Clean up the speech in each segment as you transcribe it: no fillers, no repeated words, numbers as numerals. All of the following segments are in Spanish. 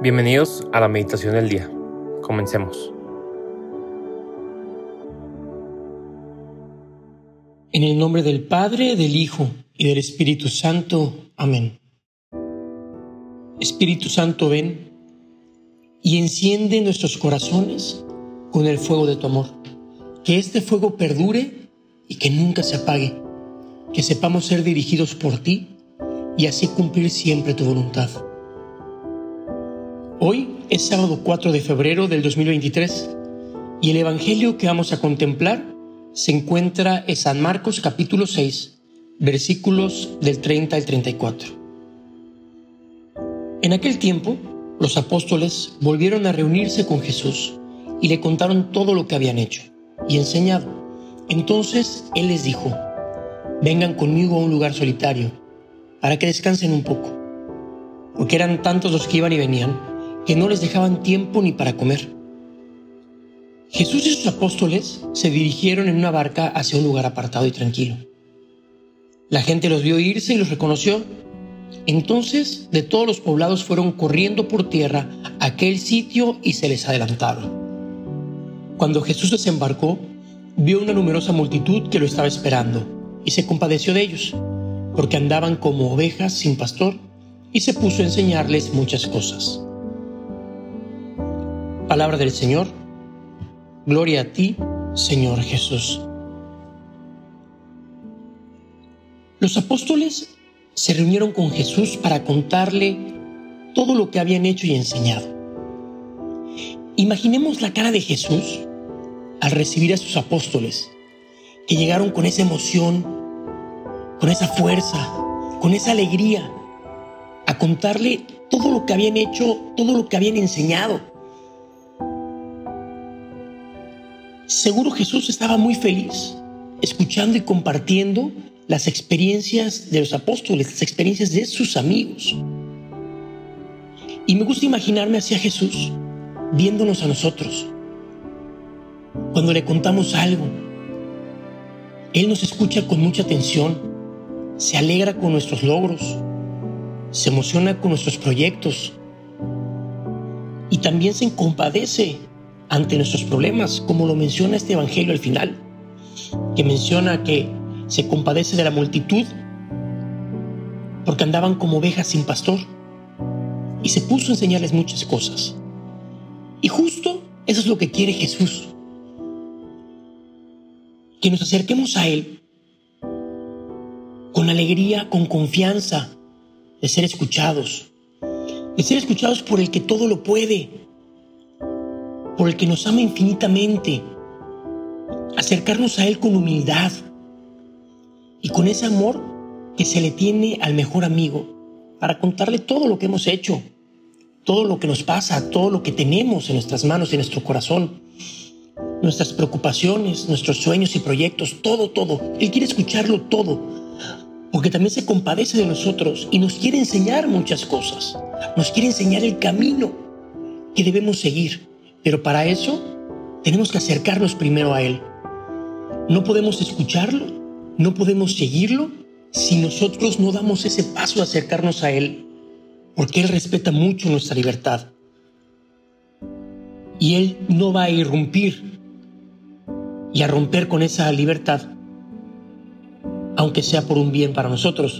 Bienvenidos a la meditación del día. Comencemos. En el nombre del Padre, del Hijo y del Espíritu Santo. Amén. Espíritu Santo, ven y enciende nuestros corazones con el fuego de tu amor. Que este fuego perdure y que nunca se apague. Que sepamos ser dirigidos por ti y así cumplir siempre tu voluntad. Hoy es sábado 4 de febrero del 2023 y el Evangelio que vamos a contemplar se encuentra en San Marcos capítulo 6, versículos del 30 al 34. En aquel tiempo, los apóstoles volvieron a reunirse con Jesús y le contaron todo lo que habían hecho y enseñado. Entonces Él les dijo: vengan conmigo a un lugar solitario para que descansen un poco, porque eran tantos los que iban y venían que no les dejaban tiempo ni para comer. Jesús y sus apóstoles se dirigieron en una barca hacia un lugar apartado y tranquilo. La gente los vio irse y los reconoció. Entonces de todos los poblados fueron corriendo por tierra a aquel sitio y se les adelantaron. Cuando Jesús desembarcó, vio una numerosa multitud que lo estaba esperando y se compadeció de ellos, porque andaban como ovejas sin pastor, y se puso a enseñarles muchas cosas. Palabra del Señor. Gloria a ti, Señor Jesús. Los apóstoles se reunieron con Jesús para contarle todo lo que habían hecho y enseñado. Imaginemos la cara de Jesús al recibir a sus apóstoles, que llegaron con esa emoción, con esa fuerza, con esa alegría, a contarle todo lo que habían hecho, todo lo que habían enseñado. Seguro Jesús estaba muy feliz escuchando y compartiendo las experiencias de los apóstoles, las experiencias de sus amigos. Y me gusta imaginarme así a Jesús viéndonos a nosotros. Cuando le contamos algo, Él nos escucha con mucha atención, se alegra con nuestros logros, se emociona con nuestros proyectos y también se compadece ante nuestros problemas, como lo menciona este Evangelio al final, que menciona que se compadece de la multitud porque andaban como ovejas sin pastor, y se puso a enseñarles muchas cosas. Y justo eso es lo que quiere Jesús, que nos acerquemos a Él con alegría, con confianza de ser escuchados por el que todo lo puede, por el que nos ama infinitamente. Acercarnos a Él con humildad y con ese amor que se le tiene al mejor amigo, para contarle todo lo que hemos hecho, todo lo que nos pasa, todo lo que tenemos en nuestras manos, en nuestro corazón, nuestras preocupaciones, nuestros sueños y proyectos, todo. Él quiere escucharlo todo, porque también se compadece de nosotros y nos quiere enseñar muchas cosas. Nos quiere enseñar el camino que debemos seguir. Pero para eso tenemos que acercarnos primero a Él. No podemos escucharlo, no podemos seguirlo si nosotros no damos ese paso de acercarnos a Él, porque Él respeta mucho nuestra libertad. Y Él no va a irrumpir y a romper con esa libertad, aunque sea por un bien para nosotros.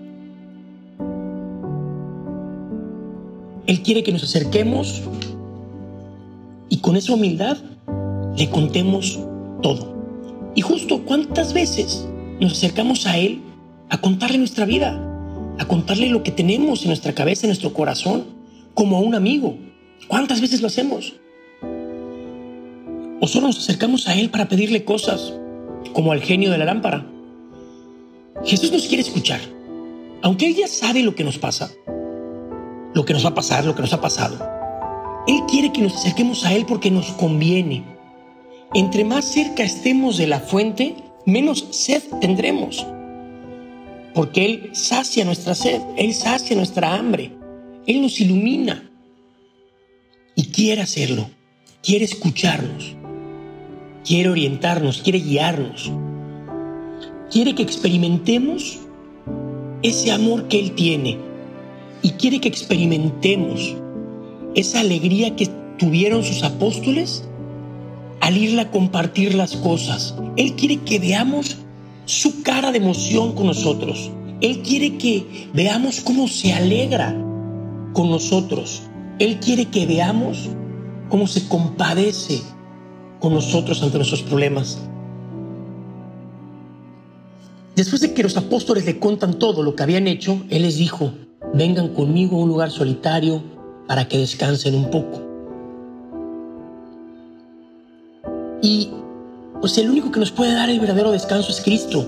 Él quiere que nos acerquemos y con esa humildad le contemos todo. Y justo, ¿cuántas veces nos acercamos a Él a contarle nuestra vida, a contarle lo que tenemos en nuestra cabeza, en nuestro corazón, como a un amigo? ¿Cuántas veces lo hacemos? O solo nos acercamos a Él para pedirle cosas, como al genio de la lámpara. Jesús nos quiere escuchar, aunque Él ya sabe lo que nos pasa, lo que nos va a pasar, lo que nos ha pasado. Él quiere que nos acerquemos a Él porque nos conviene. Entre más cerca estemos de la fuente, menos sed tendremos. Porque Él sacia nuestra sed, Él sacia nuestra hambre, Él nos ilumina. Y quiere hacerlo, quiere escucharnos, quiere orientarnos, quiere guiarnos. Quiere que experimentemos ese amor que Él tiene y quiere que experimentemos esa alegría que tuvieron sus apóstoles al irle a compartir las cosas. Él quiere que veamos su cara de emoción con nosotros. Él quiere que veamos cómo se alegra con nosotros. Él quiere que veamos cómo se compadece con nosotros ante nuestros problemas. Después de que los apóstoles le cuentan todo lo que habían hecho, Él les dijo: vengan conmigo a un lugar solitario para que descansen un poco. Y pues el único que nos puede dar el verdadero descanso es Cristo.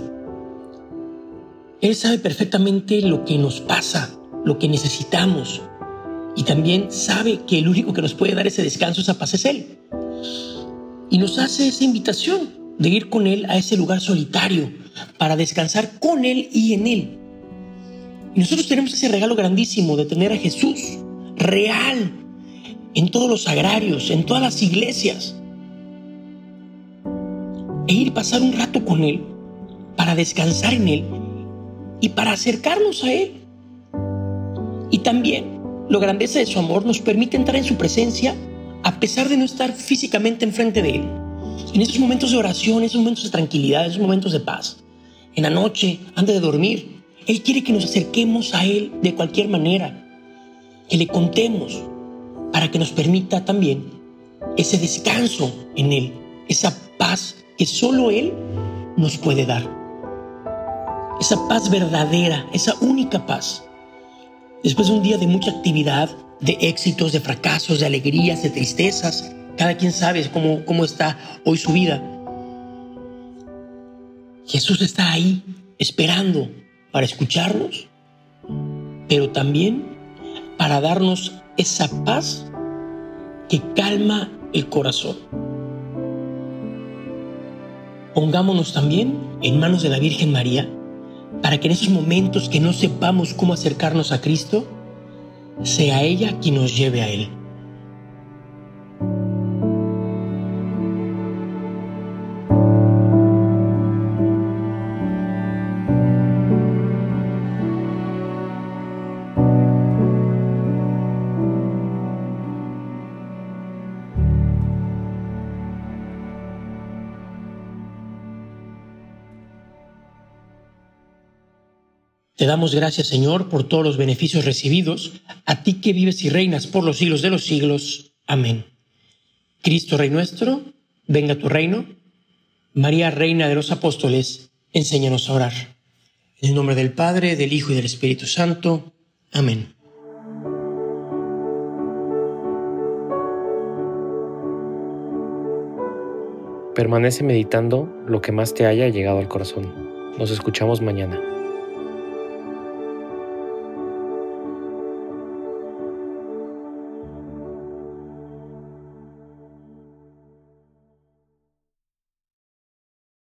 Él sabe perfectamente lo que nos pasa, lo que necesitamos. Y también sabe que el único que nos puede dar ese descanso, esa paz, es Él. Y nos hace esa invitación de ir con Él a ese lugar solitario para descansar con Él y en Él. Y nosotros tenemos ese regalo grandísimo de tener a Jesús real en todos los sagrarios, en todas las iglesias. E ir a pasar un rato con Él para descansar en Él y para acercarnos a Él. Y también la grandeza de su amor nos permite entrar en su presencia a pesar de no estar físicamente enfrente de Él. En esos momentos de oración, esos momentos de tranquilidad, esos momentos de paz, en la noche, antes de dormir, Él quiere que nos acerquemos a Él de cualquier manera, que le contemos para que nos permita también ese descanso en Él, esa paz que solo Él nos puede dar. Esa paz verdadera, esa única paz. Después de un día de mucha actividad, de éxitos, de fracasos, de alegrías, de tristezas, cada quien sabe cómo está hoy su vida. Jesús está ahí esperando para escucharnos, pero también para darnos esa paz que calma el corazón. Pongámonos también en manos de la Virgen María para que en esos momentos que no sepamos cómo acercarnos a Cristo, sea ella quien nos lleve a Él. Te damos gracias, Señor, por todos los beneficios recibidos, a ti que vives y reinas por los siglos de los siglos. Amén. Cristo, Rey nuestro, venga a tu reino. María, Reina de los Apóstoles, enséñanos a orar. En el nombre del Padre, del Hijo y del Espíritu Santo. Amén. Permanece meditando lo que más te haya llegado al corazón. Nos escuchamos mañana.